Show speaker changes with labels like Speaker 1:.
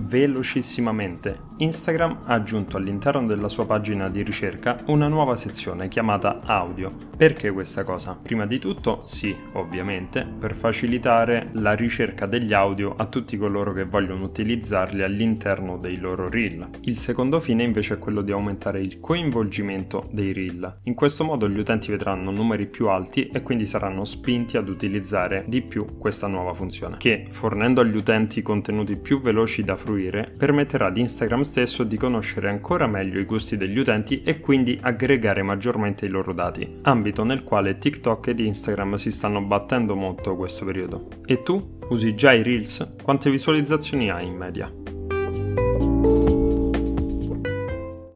Speaker 1: velocissimamente. Instagram ha aggiunto all'interno della sua pagina di ricerca una nuova sezione chiamata Audio. Perché questa cosa? Prima di tutto, sì, ovviamente, per facilitare la ricerca degli audio a tutti coloro che vogliono utilizzarli all'interno dei loro reel. Il secondo fine invece è quello di aumentare il coinvolgimento dei reel. In questo modo gli utenti vedranno numeri più alti e quindi saranno spinti ad utilizzare di più questa nuova funzione, che, fornendo agli utenti contenuti più veloci da fruire, permetterà ad Instagram stesso di conoscere ancora meglio i gusti degli utenti e quindi aggregare maggiormente i loro dati, ambito nel quale TikTok ed Instagram si stanno battendo molto questo periodo. E tu? Usi già i Reels? Quante visualizzazioni hai in media?